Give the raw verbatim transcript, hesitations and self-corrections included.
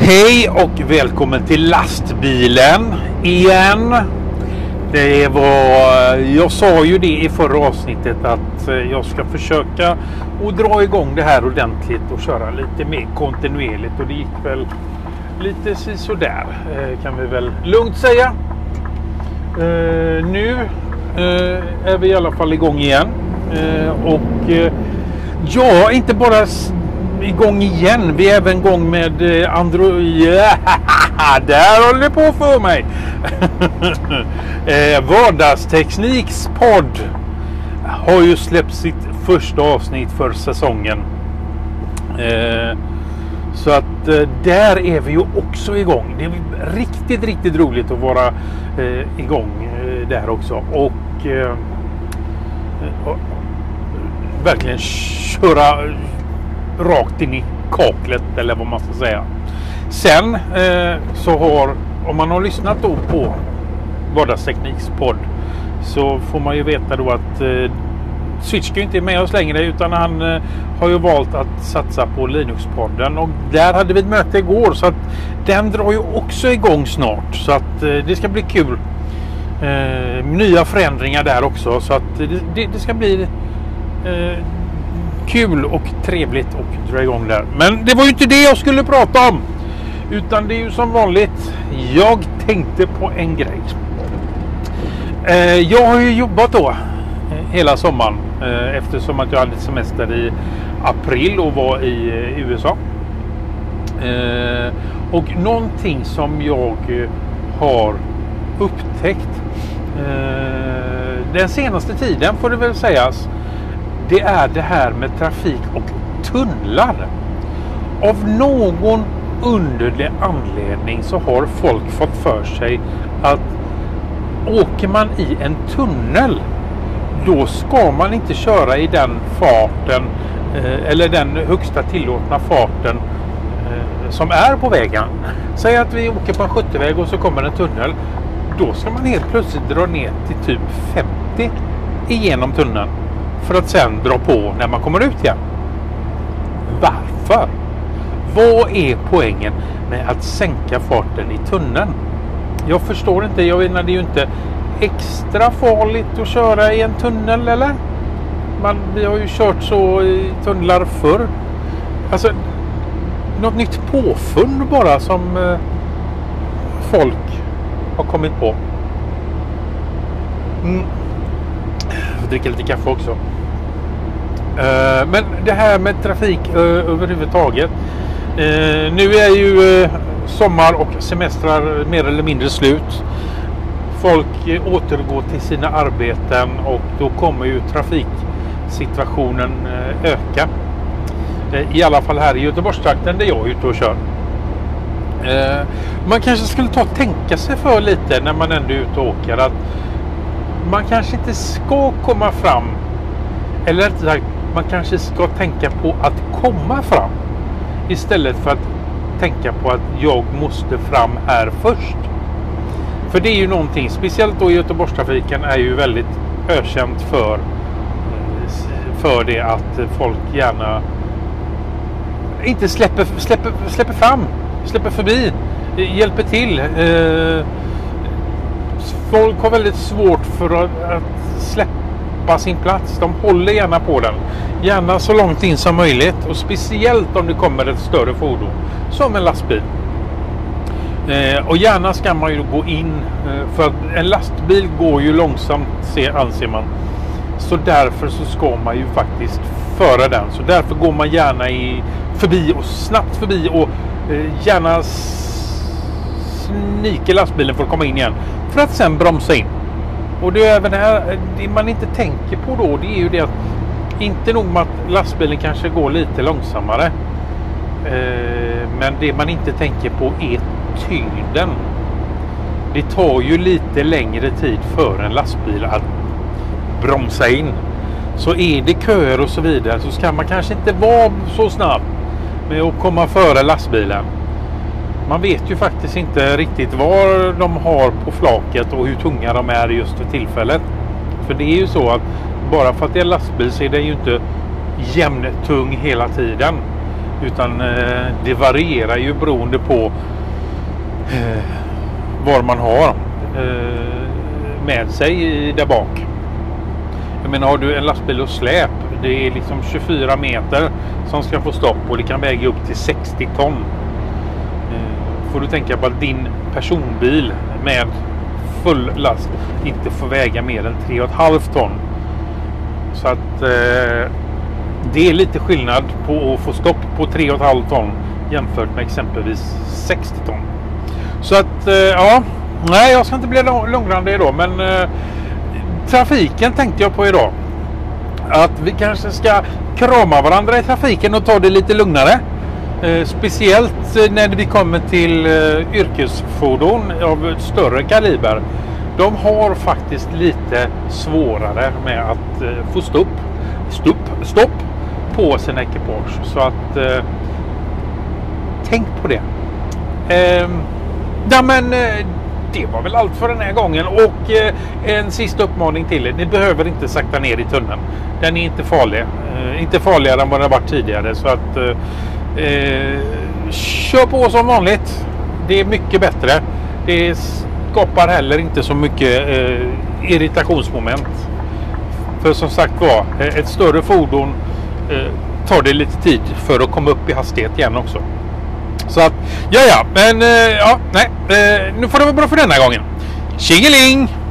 Hej och välkommen till lastbilen igen. Det var, jag sa ju det i förra avsnittet att jag ska försöka att dra igång det här ordentligt och köra lite mer kontinuerligt, och det gick väl lite sådär kan vi väl lugnt säga. Nu är vi i alla fall igång igen, och ja, inte bara igång igen, vi är även igång med Android. Där håller det på för mig. Vardagstekniks podd har ju släppt sitt första avsnitt för säsongen, så att där är vi ju också igång. Det är riktigt riktigt roligt att vara igång där också, och, och verkligen köra rakt in i kaklet, eller vad man ska säga. Sen eh, så har, om man har lyssnat då på Vardagstekniks podd, så får man ju veta då att eh, Switch inte är med oss längre, utan han eh, har ju valt att satsa på Linux-podden, och där hade vi ett möte igår, så att den drar ju också igång snart, så att eh, det ska bli kul. Eh, nya förändringar där också, så att det, det, det ska bli eh, kul och trevligt och dra igång där. Men det var ju inte det jag skulle prata om, utan det är ju som vanligt, jag tänkte på en grej. Eh, jag har ju jobbat då eh, hela sommaren, eh, eftersom att jag hade semester i april och var i eh, U S A. Eh, och någonting som jag eh, har upptäckt eh, den senaste tiden, får det väl sägas, det är det här med trafik och tunnlar. Av någon underlig anledning så har folk fått för sig att åker man i en tunnel, då ska man inte köra i den farten eh, eller den högsta tillåtna farten eh, som är på vägen. Säg att vi åker på en sjuttio-väg och så kommer en tunnel. Då ska man helt plötsligt dra ner till typ femtio igenom tunneln, för att sen dra på när man kommer ut igen. Varför? Vad är poängen med att sänka farten i tunneln? Jag förstår inte. Jag menar, det är ju inte extra farligt att köra i en tunnel, eller? Man, vi har ju kört så i tunnlar förr. Alltså, något nytt påfund bara som eh, folk har kommit på. Mm. Jag får dricka lite kaffe också. Uh, men det här med trafik uh, överhuvudtaget. Uh, nu är ju uh, sommar och semestrar mer eller mindre slut. Folk uh, återgår till sina arbeten, och då kommer ju trafiksituationen uh, öka. Uh, I alla fall här i Göteborgstrakten där jag är ute och kör. Uh, man kanske skulle ta och tänka sig för lite när man ändå är ute och åker, att man kanske inte ska komma fram, eller rättare sagt, man kanske ska tänka på att komma fram istället för att tänka på att jag måste fram här först. För det är ju någonting, speciellt då i Göteborgstrafiken, är ju väldigt ökänt för för det att folk gärna inte släpper, släpper, släpper fram, släpper förbi, hjälper till. Folk har väldigt svårt för att släppa sin plats. De håller gärna på den, gärna så långt in som möjligt, och speciellt om det kommer ett större fordon som en lastbil. Eh, och gärna ska man ju gå in, eh, för att en lastbil går ju långsamt, se, anser man. Så därför så ska man ju faktiskt föra den. Så därför går man gärna i, förbi och snabbt förbi, och eh, gärna sniker lastbilen för att komma in igen, för att sen bromsa in. Och det är även det här, det man inte tänker på då, det är ju det att inte nog med att lastbilen kanske går lite långsammare, eh, men det man inte tänker på är tyngden. Det tar ju lite längre tid för en lastbil att bromsa in. Så är det köer och så vidare, så ska man kanske inte vara så snabb med att komma före lastbilen. Man vet ju faktiskt inte riktigt vad de har på flaket och hur tunga de är just för tillfället. För det är ju så att bara för att det är lastbil så är det ju inte jämntung hela tiden. Utan eh, det varierar ju beroende på eh, vad man har eh, med sig där bak. Jag menar, har du en lastbil och släp, det är liksom tjugofyra meter som ska få stopp och det kan väga upp till sextio ton. Eh, får du tänka på att din personbil med full last inte får väga mer än tre komma fem ton. Så att eh, det är lite skillnad på att få stopp på tre komma fem ton jämfört med exempelvis sextio ton. Så att eh, ja, nej, jag ska inte bli långrandig idag, men eh, trafiken tänkte jag på idag. Att vi kanske ska krama varandra i trafiken och ta det lite lugnare. Eh, speciellt när vi kommer till eh, yrkesfordon av större kaliber. De har faktiskt lite svårare med att eh, få stopp, stopp, stopp på sina ekipage. Så att eh, tänk på det. Eh, ja, men eh, det var väl allt för den här gången. Och eh, en sista uppmaning till er. Ni behöver inte sakta ner i tunneln. Den är inte farlig. Eh, inte farligare än vad den har varit tidigare. Så att eh, eh, kör på som vanligt. Det är mycket bättre. Det skapar heller inte så mycket eh, irritationsmoment. För som sagt var, ett större fordon eh, tar det lite tid för att komma upp i hastighet igen också. Så att, ja ja, men eh, ja, nej, eh, nu får det vara bra för denna gången. Tjingeling!